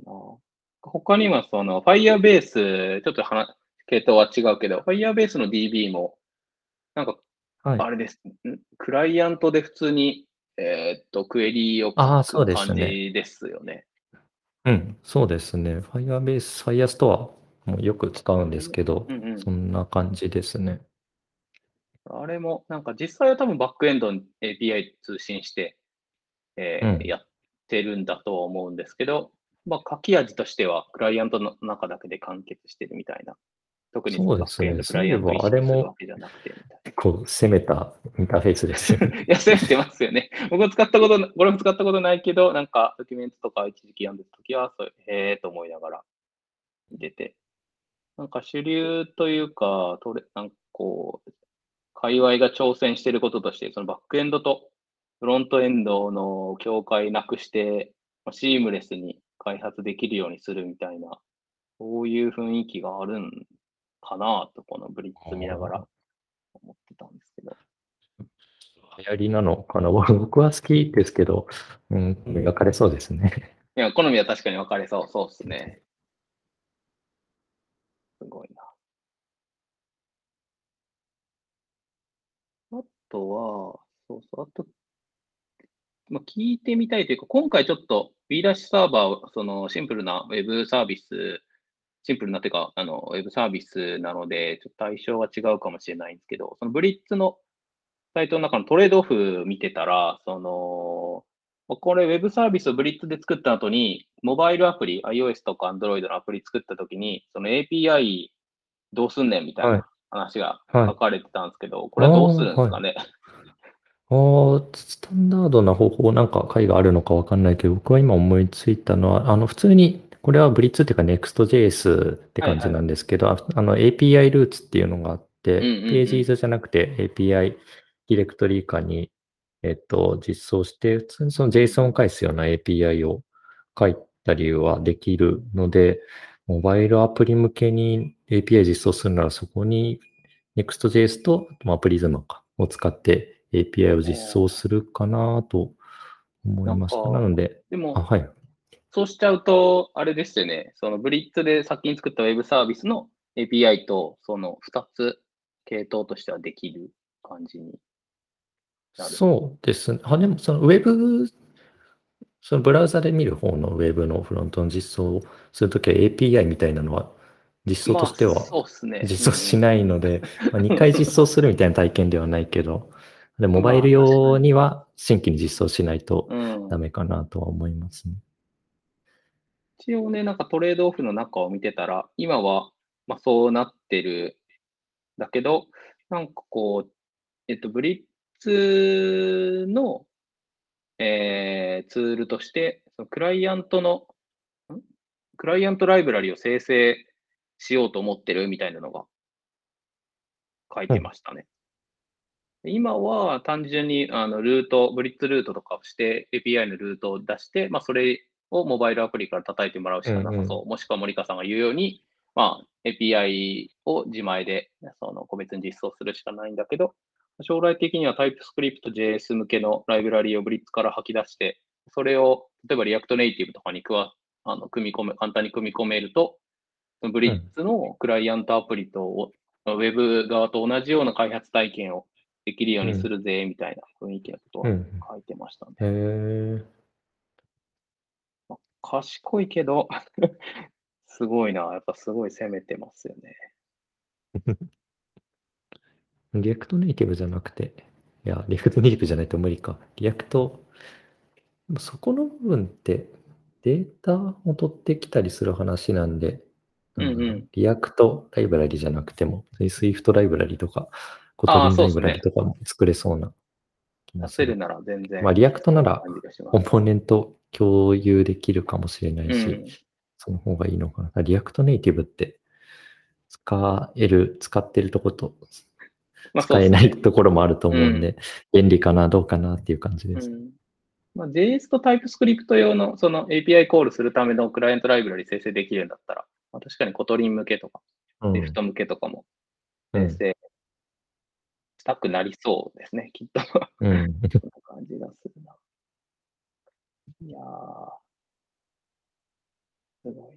他にはその Firebase、ちょっと系統は違うけど、Firebase の DB も、なんか、 はい。 あれです。クライアントで普通に、クエリを書ああ、そうですく感ね。 じですよね。 うん、そうですね。Firebase、Firestore もよく使うんですけど、 うんうん。 そんな感じですね。 あれも、なんか実際は多分バックエンドに API 通信して、 うん。 やってるんだとは思うんですけど、まあ、書き味としては、クライアントの中だけで完結してるみたいな。特にバックエンそうですね。 ドクライアントを意そういえば、あれ識するわもけじゃなくて、みたい結構攻めたインターフェースですよね。 な。いや、攻めてますよね。僕も使ったこと、俺も使ったことないけど、なんかドキュメントとか一時期読んでたときは、そう、へえーと思いながら見てて。なんか主流というか、なんかこう、界隈が挑戦していることとして、そのバックエンドとフロントエンドの境界なくして、シームレスに開発できるようにするみたいな、そういう雰囲気があるんかなと、このブリッあツ見ながらー思ってたんですけど。 流行りなのかな。僕は好きですけど、うん、描かれそうですね。 いや、好みは確かに分かれそう。そうっすね。すごいな。あとは、そうそう、あと、聞いてみたいというか、今回ちょっと B ダッシュサーバーを、そのシンプルなウェブサービス、シンプルなというか、ウェブサービスなので、ちょっと対象は違うかもしれないんですけど、そのブリッツのサイトの中のトレードオフ見てたら、これウェブサービスをブリッツで作った後に、モバイルアプリ、iOS とか Android のアプリ作った時に、その API どうすんねんみたいはい。 な話がはい。 書かれてたんですけど、こああ、 れはどうするんですはい。 かね。 スタンダードな方法なんか解があるのかわかんないけど、僕は今思いついたのは、普通に、これはブリッツっていうか Next.js って感じはいはい。 なんですけど、API ルーツっていうのがあっうんうて、ページーんズじゃなくて API ディレクトリ化に実装して、普通にその JSON を返すような API を書いたりはできるので、モバイルアプリ向けに API 実装するならそこに Next.js とPrisma を使って API を実装するかなと思いました。なので、 でも、 はい。 そうしちゃうと、あれですよね。そのブリッツで先に作った Web サービスの API と、その2つ系統としてはできる感じになる。 そうですね。でもその Web、そのブラウザで見る方の Web のフロントの実装をするときは API みたいなのは実装としてはそうですね。 実装しないので、2回実装するみたいな体験ではないけど、でモバイルまあ用には新規に実装しないとうん。 ダメかなとは思いますね。 一応ね、なんかトレードオフの中を見てたら、今は、まあそうなってるだけど、なんかこう、ブリッツの、ツールとして、そのクライアントライブラリを生成しようと思ってるみたいなのが書いてましたね。今は単純にブリッツルートとかをして、API のルートを出して、まあ、それをモバイルアプリから叩いてもらうしかなさそう。もしくは森川さんが言うように、まあ、API を自前で個別に実装するしかないんだけど、将来的には TypeScript、JS 向けのライブラリをブリッツから吐き出して、それを例えば React Native とかに簡単に組み込めると、ブリッツのクライアントアプリとウェブ側と同じような開発体験をできるようにするぜ、みたいな雰囲気のことは書いてましたね。 へ賢いけど、すごいな。やっぱすごい攻めてますよね。 リアクトネイティブじゃなくて、いや、リアクトネイティブじゃないと無理か。リアクト、そこの部分ってデータを取ってきたりする話なんで、リアクトライブラリじゃなくても、Swift ライブラリとか、コトリンライブラリとかも作れそうな気がする。 出せるなら全然。 まあ、リアクトならコンポーネント共有できるかもしれないし、その方がいいのかな。リアクトネイティブって使ってるとこと使えないところもあると思うんで、便利かな、どうかなっていう感じです。 まあ、JS と TypeScript 用のその API コールするためのクライアントライブラリ生成できるんだったら、まあ、確かにコトリン向けとか、Swift 向けとかも生成したくなりそうですね、きっと。そんな感じがするな。いやー、すごい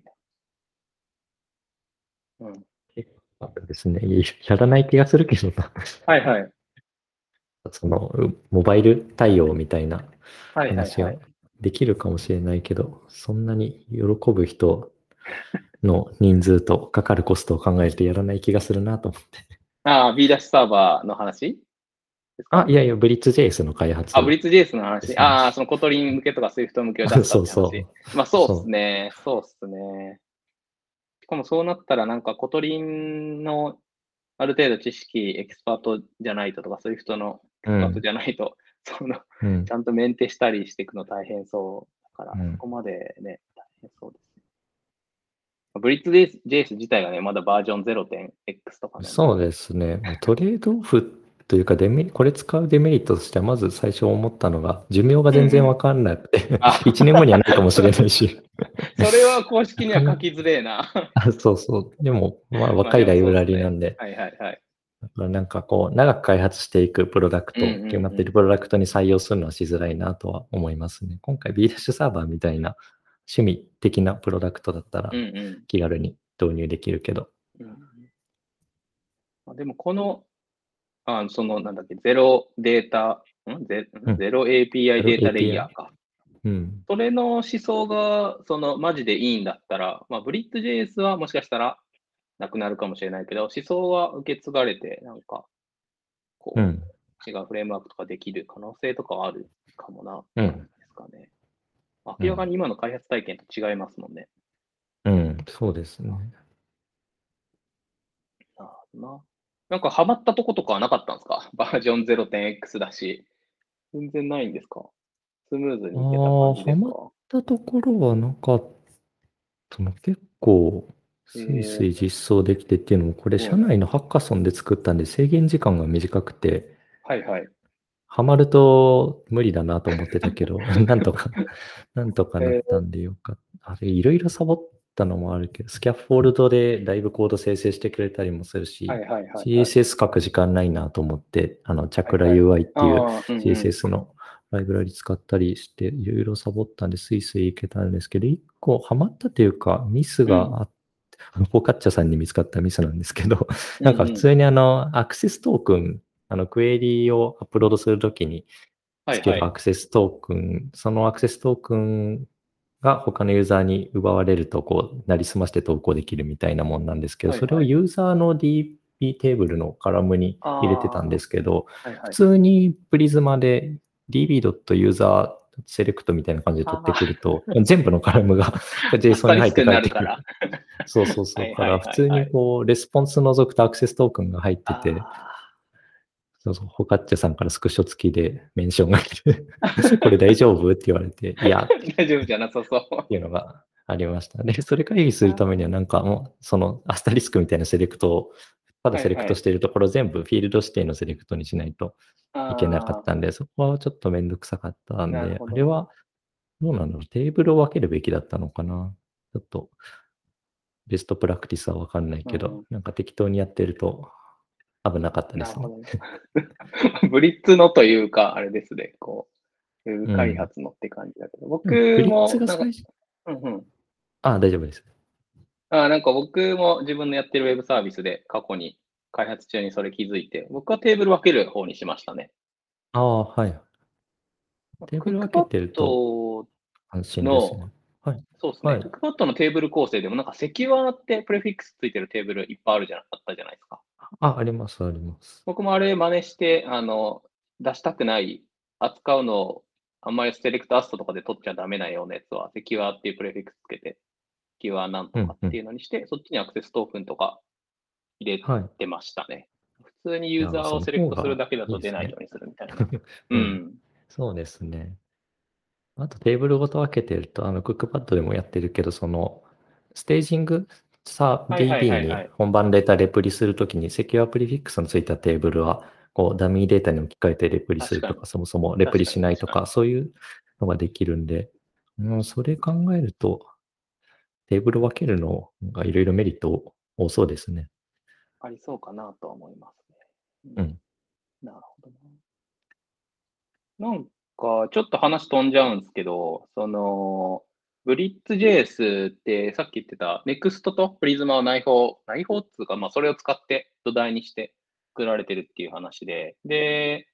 な。 ですね。やらない気がするけどな。 はいはい。 その、モバイル対応みたいな話はできるかもしれないけど、そんなに喜ぶ人の人数とかかるコストを考えるとやらない気がするなと思って。 ああ、B ダッシュサーバーの話いやいや、ブリッツ JS の開発。 ブリッツ JS の話。ああ、そのコトリン向けとか Swift 向けを出したって話。そう。まあそうっすね。そうっすね。しかもそうなったらなんかコトリンのある程度知識エキスパートじゃないととか、Swift のエキスパートじゃないと、ちゃんとメンテしたりしていくの大変そうだから、そこまでね、大変そうですね。ブリッツ JS 自体がね、まだバージョン 0.x とかね。 そうですね。トレードオフというかこれ使うデメリットとしては、まず最初思ったのが、寿命が全然わかんなくて、1年後にはないかもしれないし。 それは公式には書きづれえな。 そうそう。でも、まあ、若いライブラリなんで。 はいはいはい。 だからなんかこう、長く開発していくプロダクト、決まっているプロダクトに採用するのはしづらいなとは思いますね。今回 B ダッシュサーバーみたいな趣味的なプロダクトだったら気軽に導入できるけど。 でもこの、なんだっけ、ゼロ API データレイヤーか。それの思想が、マジでいいんだったら、まあ、ブリッツ JS はもしかしたらなくなるかもしれないけど、思想は受け継がれて、なんか、こう、違うフレームワークとかできる可能性とかはあるかもな、ですかね。明らかに今の開発体験と違いますもんね。 そうですね。 なんかハマったとことかはなかったんですか？バージョン 0.x だし。全然ないんですか？スムーズにいけた感じですか？ ハマったところはなかったの。結構、スイスイ実装できてっていうのも、これ社内のハッカソンで作ったんで制限時間が短くて、 ハマると無理だなと思ってたけど、なんとかなったんでよかった。あれ、いろいろサボったのもあるけど、スキャフォールドでだいぶコード生成してくれたりもするし、 はいはいはいはい。 CSS 書く時間ないなと思って、チャクラはいはい。 UI っていうああ、うんうん。 CSS のライブラリ使ったりして、いろいろサボったんで、スイスイいけたんですけど、一個ハマったというか、ミスうん。 があって、フォーカッチャさんに見つかったミスなんですけど、なんか普うんうん。 通にアクセストークン、クエリをアップロードするときにつけはいはい。 るアクセストークン、そのアクセストークンが他のユーザーに奪われると、こう、なりすまして投稿できるみたいなもんなんですけど、それをはいはい。 ユーザーの DB テーブルのカラムにあ入れてたんであ、 すけど、普はいはい。 通にプリズマで db.user セレクトみたいな感じで取ってああ、 くると、全部のカラムがアス JSON に入ってタリスクに返ってくる。 なるから。 そうそうそう。 はいはいから、普通はいはい。 にこう、レスポンス除くとアクセストークンが入ってて、 あそうそう、ホカッチャさんからスクショ付きでメンションが来て、 あ。 これ大丈夫って言われて、いや、って大丈夫じゃなさそう。 いうのがありました。で、それ回避するためには、 あなんかもう、そのアスタリスクみたいなセレクトを、ただセレクトしはいはい。 ているところ全部フィールド指定のセレクトにしないといけなかっああ、 たんで、そこはちょっとめんどくさかったんで、 なるほどな。 あれはどうなんだろう、テーブルを分けるべきだったのかな。ちょっとベストプラクティスはわかんないけど、 うん、 なんか適当にやってると危なかったですね。 なるほど。ブリッツのというか、あれですね、こう、ウェブ開うん。 発のって感じだけど、 うん。ブ僕リッツも、なんか、 が最初、 うんうん。 あ、大丈夫です。 なんか僕も自分のやってるウェブサービスで過去に開発中にそれ気づいて、僕はテーブル分ける方にしましたね。 ああ、はい。テーブル分けクックパッてるとド安心ですの、 ね。はい。 そうですね、 はい。 クックパッドのテーブル構成でもなんかセキュアってプレフィックスついてるテーブルいっぱいあったじゃないですか。 あ、あります、あります。 僕もあれ真似して、出したくない、扱うのをあんまりセレクトアストとかで取っちゃダメなようなやつは、セキュアっていうプレフィックスつけて、セキュアなんとかってうんうん。 いうのにして、そっちにアクセストークンとか入れはい。 てましたね。普通にユーザいや、そのーをセレク方がトするだけだいいですね。 と出ないようにするみたいな。ううん。 ん。 そうですね。あとテーブルごと分けてると、クックパッドでもやってるけど、ステージングさ、 はいはい DB はいはい。 に本番データレプリするときに、セキュアプリフィックスのついたテーブルは、こう、ダミーデータに置き換えてレプリす確かに。 るとか、そもそもレプリ確かにしないとか、 確かに。 そういうのができるんで、それ考えると、テーブル分けるのがいろいろメリット多そうですね。 ありそうかなとは思いますね。うん、 うん。 なるほどな。なんか、ちょっと話飛んじゃうんですけど、ブリッツ JS ってさっき言ってた NEXT とプリズマを内包っていうか、まあそれを使って土台にして作られてるっていう話で、で、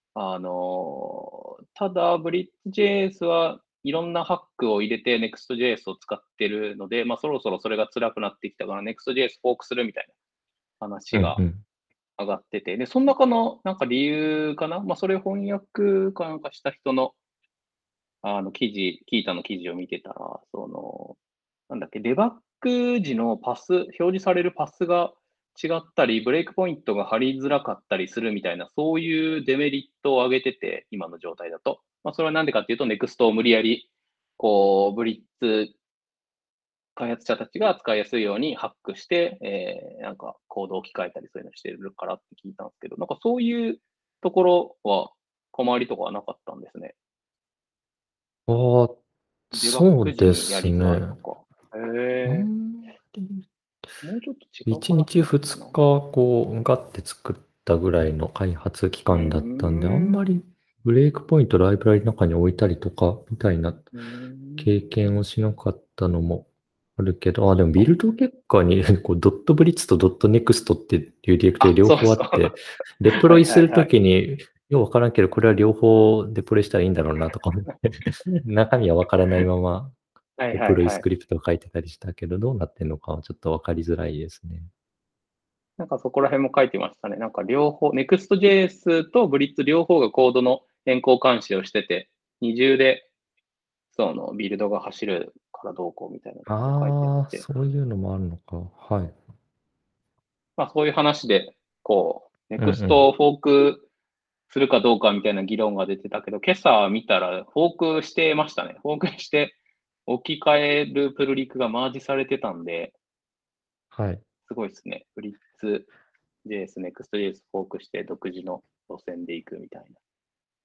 ただ、ブリッジ JS はいろんなハックを入れて Next.js を使ってるので、まあ、そろそろそれが辛くなってきたから Next.js フォークするみたいな話がうんうん。 上がってて、で、その中のなんか理由かな、まあ、それ翻訳かなんかした人の、キータの記事を見てたら、なんだっけ、デバッグ時の表示されるパスが違ったり、ブレイクポイントが貼りづらかったりするみたいな、そういうデメリットを挙げてて、今の状態だと。まあ、それはなんでかっていうと、ネクストを無理やり、こう、ブリッツ開発者たちが使いやすいようにハックして、なんかコードを置き換えたりそういうのしてるからって聞いたんですけど、なんかそういうところは困りとかはなかったんですね。 ああ、 デバッそうでグ時にやすね。 りづらいとか。 あへえ、 んまりもうちょっと違う 1日話なのか 2 な。 日こう、ガッて作ったぐらいの開発期うー間だったんで、あんまん。 りブレイクポイントライブラリの中に置いたりとか、みたいなうー経験ん。 をしなかったのもあるけど、あ、でもビあ、 ルド結果にこうドットブリッツとドットネクストっていうディレクトリ両そうそう。 方あって、デプはいロイするとはいはい。 きに、ようわからんけど、これは両方デプロイしたらいいんだろうなとか思って、中身はわからないままはいデプロイはいはい。 スクリプトを書いてたりしたけど、どうなってんのかはちょっとわかりづらいですね。 なんかそこら辺も書いてましたね。なんか両方、Next.js と Blitz 両方がコードの変更監視をしてて、二重でそのビルドが走るからどうこうみたいなところ書いてあっああ、 て、 そういうのもあるのか。はい。 まあそういう話で、こう、 うんう Next ん。 をフォークするかどうかみたいな議論が出てたけど、今朝見たらフォークしてましたね。フォークして置き換えるプルリクがマージされてたんで、 はい。 すごいですね。ブリッツ JS、Next.js フォークして独自の路線で行くみたいな。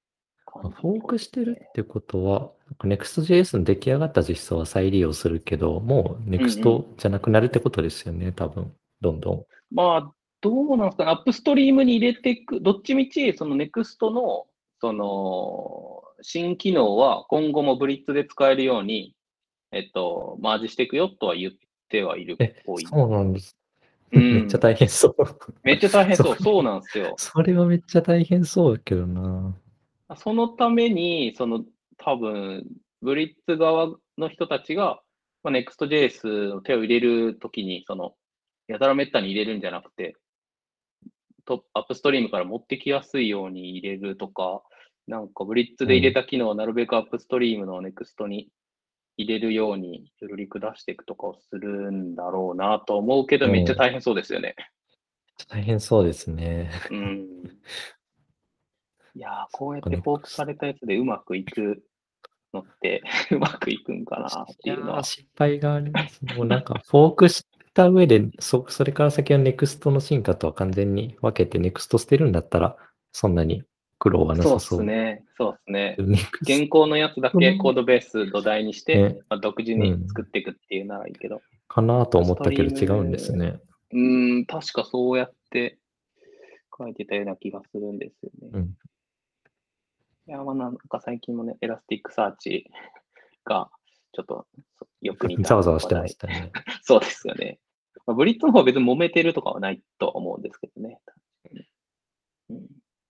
感じっフォーぽいクしてるっですね。 てことは、Next.js の出来上がった実装は再利用するけど、もううんう Next ん。 じゃなくなるってことですよね、多分。どんどん。 まあ、どうなんですかね。アップストリームに入れていく、どっちみち、その Next の、その、新機能は今後もブリッツで使えるように、マージしていくよとは言ってはいるっぽい。 そうなんです。 うめっちゃん。 大変そう。 めっちゃ大変それ、 そう。そうなんですよ。 それはめっちゃ大変そうだけどな。 そのために、その、多分、ブリッツ側の人たちが、まあ、Next.js の手を入れるときに、その、やたらめったに入れるんじゃなくて、アップストリームから持ってきやすいように入れるとか、なんかブリッツで入れた機能をなるべくアップストリームの Next に入れるように、フルリク出していくとかをするんだろうなと思うけど、めっちゃ大変そうですよね。 大変そうですね。 うん。いやー、こうやってね、 フォークされたやつでうまくいくのってうまくいくんかなっいやー、 ていうのは。 失敗がありますね。もうなんか、フォークした上で、それから先は NEXT の進化とは完全に分けて NEXT 捨てるんだったら、そんなに苦労はなそうっさそすね。そうっすね。 う。NEXT 現行のやつだけコーの、 ドベース土台にして、 ね、 まあ、独自に作っうん、 ていくっていうならいいけど、 かなと思ったけストリーど違うんですム、 ね。 確かそうやって書いてたような気がするんですよね。 うん。 いや、まあなんか最近もね、エラスティックサーチがちょっとよく似たざわざわしてま話題。 したね。 そうですよね。まあ、ブリッツの方は別に揉めてるとかはないとは思うんですけどね。うん、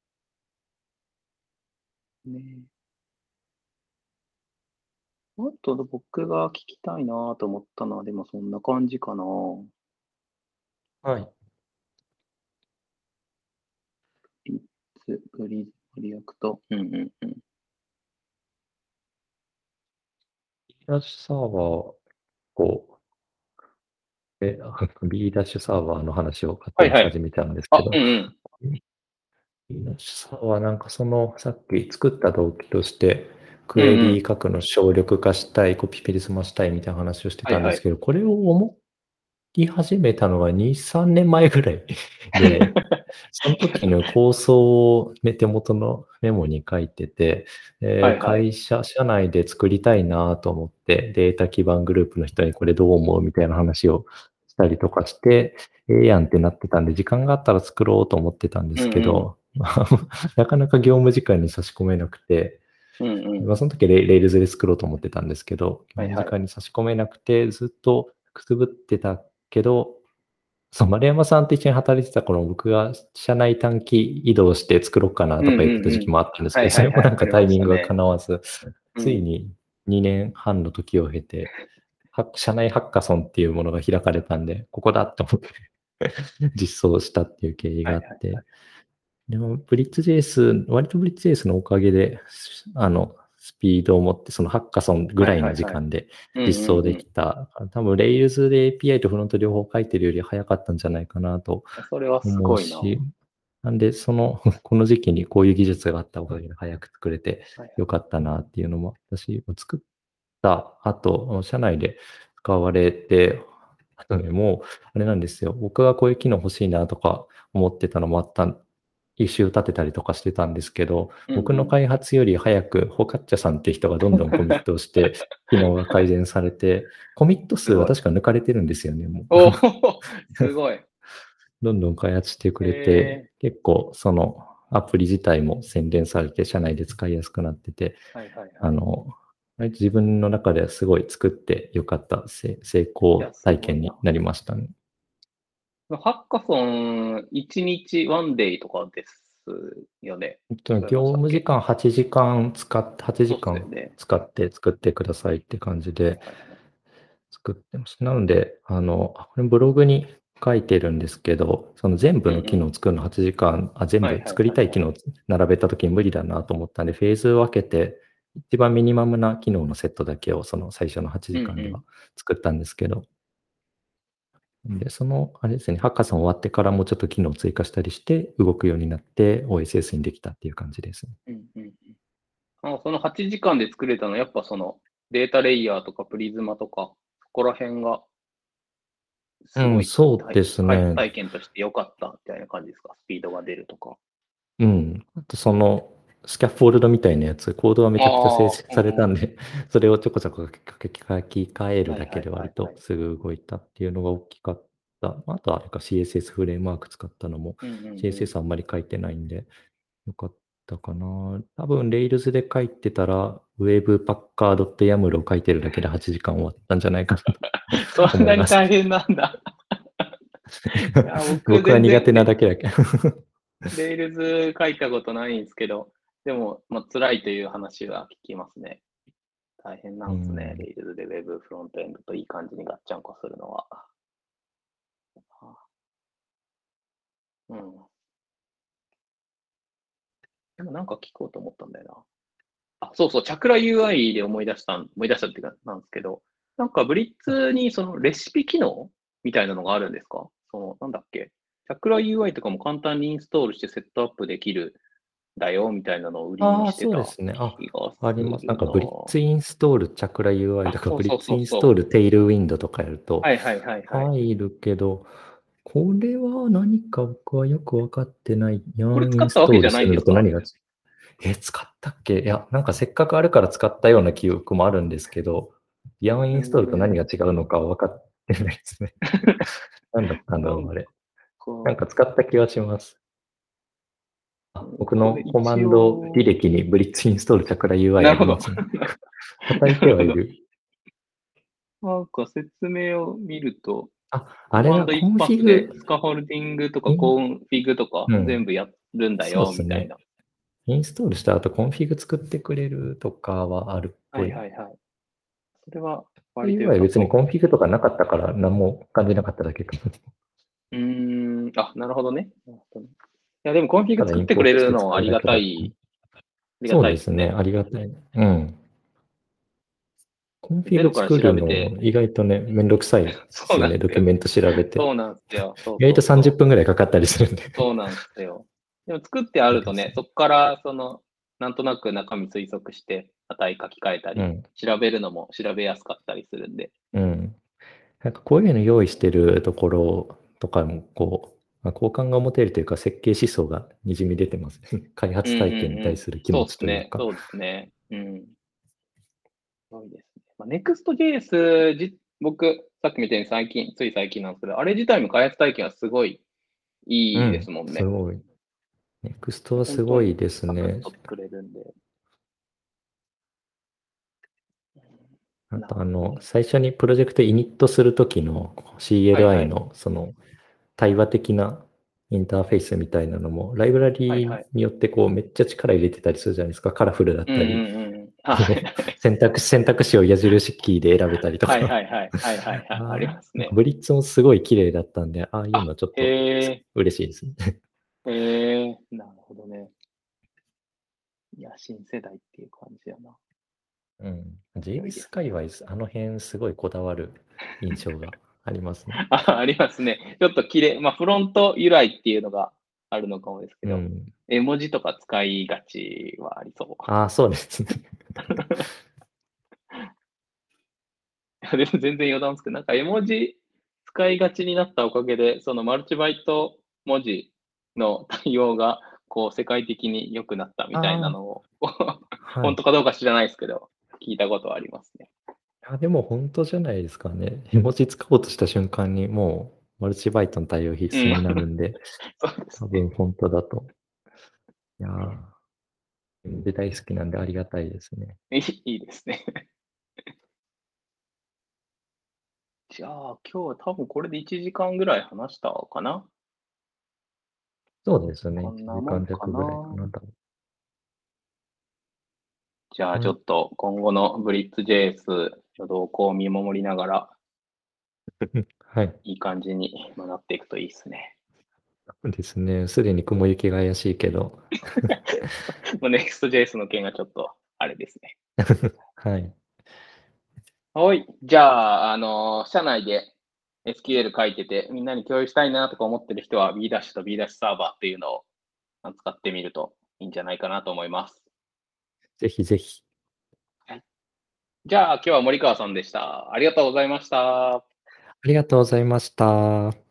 ね。あと僕が聞きたいなと思ったのは、でもそんな感じかな。 はい。 リッツ、リアクト。うんうんうん。 ダッシュサーバー、こう、B ダッシュサーバーの話を勝手にはいはい。 始めたんですけあ、うど、 んうん。 さはなんかさっき作った動機として、クエうんうん。 リ書くの省力化したい、コピペで済ましたいみたいな話をしてはいはい。 たんですけど、これを思い始めたのが2、3年前ぐらいで、その時の構想を手元のメモに書いてて、 はいはい。 社内で作りたいなと思って、データ基盤グループの人にこれどう思うみたいな話をしたりとかして、ええやんってなってたんで、時間があったら作ろうと思ってたんでうんうん。 すけど、なかなか業務時間に差し込めなくて、 うんうん。 その時レイルズで作ろうと思ってたんですけど、業務時はいはい。 間に差し込めなくて、ずっとくすぶってたけど、そう、丸山さんと一緒に働いてた頃、僕が社内短期移動して作ろうかなうんとか言ってたうんうん。 時期もあったんですけど、それもはいはいはい。 なんかタイありましミングがたね。 叶わず、 うん。 ついに2年半の時を経て、社内ハッカソンっていうものが開かれたんで、ここだと思って実装したっていう経緯はいがあって、 はいはい。 でも、割とブリッツ JS のおかげで、スピードを持って、そのハッカソンぐはらいのいはいはい。 時間でうん実装でうんきた。多分、Rails で API とフロント両方書いてるより早かったんじゃないかなとうん。それはすごいな。は思うし、なんで、この時期にこういう技術があったおかげで早く作れていはい。 よかったなっていうのも、私、作った後、社内で使われて、あとね、もう、あれなんですよ。僕がこういう機能欲しいなとか思ってたのもあったイシュー立てたりとかしてたんですけど、僕のうんうん。 開発より早く、ホカッチャさんっていう人がどんどんコミットをして、機能が改善されて、コミット数はすごい。 確か抜かれてるんですよね、もう。 おお、すごい。 どんどん開発してくれて、 え結構そのアプリ自体も洗練されて、社内で使いやすくなってて、 はいはいはい。 あの、割と自分の中ではすごい作ってよかった成いや、 功体すごいな。 験になりましたね。 ハッカソン、1日ワンデイとかですよね。違いま業したっけ？ 務時間8時間8 そうっ時間すよね。 使って作ってくださいって感じではいはいはい。 作ってます。なので、これブログに書いてるんですけど、その全部の機うんうん。 能を作るの8時間、全はいはい部作りはいはい。 たい機能を並べたときに無理だなと思ったんで、フェーズを分けて、一番ミニマムな機能のセットだけをその最初の8 うんう時間ではん。 作ったんですけど、で、あれですね、ハッカソン終わってからもうちょっと機能を追加したりして動くようになって OSS にできたっていう感じですね。 うんうんうん。その8時間で作れたのは、やっぱそのデータレイヤーとかプリズマとか、そこら辺がすうん、 ごいそうです開発ね。 体験として良かったみたいな感じですか？スピードが出るとか。 うん。あとスキャフォールドみたいなやつ、コードはめちゃくちゃ生ああ、 成されたんで、それをちょこちょこ書き換えるだけで割とはいはいはいはい。 すぐ動いたっていうのが大きかった。あとはあれか CSS フレームワーク使ったのも、 うんうんうん。 CSS あんまり書いてないんで、よかったかな。多分 Rails で書いてたら、Webpacker.yaml を書いてるだけで8時間終わったんじゃないかなとそん思います。 なに大変なんだ。いや、僕僕は全然苦手なだけだけど。 レールズ書いたことないんですけど、でも、まあ、辛いという話は聞きますね。大変なうんですね。 ん。 レールズで Web フロントエンドといい感じにガッチャンコするのは。うん。でもなんか聞こうと思ったんだよな。あ、そうそう、チャクラ UI で思い出したっていうか、なんですけど、なんかブリッツにそのレシピ機能みたいなのがあるんですか？その、なんだっけ？チャクラ UI とかも簡単にインストールしてセットアップできるだよみたいなのを売りにああ、 してたそうですね。 気があります。なんか、 するな。 ブリッツインストール、チャクラ UI とか、 そうそうブリッツイそうそう。 ンストール、テイルウィンドとかやるとはいはいはいはい。 入るけど、これは何か僕はよくわかってない。ヤこれンイ使ったわけじゃンストールするないんですか？ のと何が使ったっけいや、なんかせっかくあるから使ったような記憶もあるんですけど、ヤンインストールと何が違うのかは分かってないですね。何だったんだろう、 なんあれ。なんか、 か使った気はします。僕これのコマ一ンド履応、 歴にブリッツインストールチャクラ UI なるほど。 ありますね。叩いてなるほど。 はいる。 なんか説明を見ると、 あれだ、 コマンド一コンフィ発でグ、 スカホールディングとかインコンフィグとかうん、 全部やるんだよ、 そうですね。 みたいな。 インストールした後、コンフィグ作ってくれるとかはあるっはぽい。 いはいはい。それは割と良 UI さそ別にコンフィグとかなかったから何も感じなかっただけかも。 う。あ、なるほどね。なるほどね。いや、でもコンフィグただイン作ってくれポートしてるのはありが使うだけだった。 たい、ありがそうですね。 たいですね。 ありがたい。うん。コンフィゼロからグ作る調べて、 の意外とね、めんどくさいでそうすよね。 なんですよ。 ドキュメント調べて。 そうなんですよ。そう意外と30 そうそう。 分ぐらいかかったりするんで。 そうなんですよ。でも作ってあるとね、 そうですね。 そこからその、なんとなく中身推測して値書き換えたり、 うん。 調べるのも調べやすかったりするんで。 うん。なんかこういうの用意してるところとかも、好感が持てるというか、設計思想がにじみ出てますね。開うんうん発体験にうん。 対する気持そうですね。 ちというか。 そうですね。うん。すごいですね。まあ、Next.js 僕、さっきみたいについ最近なんですけど、あれ自体も開発体験はすごいいいですうん。 もんね。 すごい。ネクストはす本当にごいですね。 サクッと作れるんで。なるあとほどね。 最初にプロジェクトイニットするときのはいは CLI い。 のその対話的なインターフェースみたいなのも、ライブラリーはいはい。 によってめっちゃ力入れてたりするじゃないですか。カラフルだっうんうたり、 んうん。はい。 選択肢を矢印キーで選べたりとか。 はいはいはい。はいはいはい。ありますなんかね。 ブリッツもすごい綺麗だったんで、ああいうあ、 のちょっとへ嬉しいですね。 え、へえ、なるほどね。いや、新世代っていう感じやな。 うん。 良いで JS すね。 界隈、あの辺すごいこだわる印象がありますね。 あ、ありますね。ちょっと綺麗。まあ、フロント由来っていうのがあるのかもですけど、 うん。 絵文字とか使いがちはありそう。 ああ、そうですね。 いやでも全然余談ですけど、なんか絵文字使いがちになったおかげで、そのマルチバイト文字の対応が、こう、世界的に良くなったみたいなあのを、 あ、はい。 本当かどうか知らないですけど、聞いたことはありますね。 でも本当じゃないですかね。絵文字使おうとした瞬間にもうマルチバイトの対応必うん。 須になるんで、 そうですね。 多分本当だと。いやー、絵文字大好きなんでありがたいですね。 いいですね。じゃあ、今日は多分これで1時間ぐらい話したかな。 そうですね。 こん 1 なもんか時間弱ぐらいかな。 な、多じゃあ、ち分。はい。 ょっと今後のブリッツ JS の動向を見守りながら、 はい。 いい感じになっていくといいですね。 ですね。すでに雲行きが怪しいけど。 Next.js の件がちょっと、あれですね。 はい。 はい。じゃあ、社内で SQL 書いてて、みんなに共有したいなとか思ってる人は B' と B' サーバーっていうのを使ってみるといいんじゃないかなと思います。 ぜひぜひ。 はい。じゃあ、今日は森川さんでした。ありがとうございました。 ありがとうございました。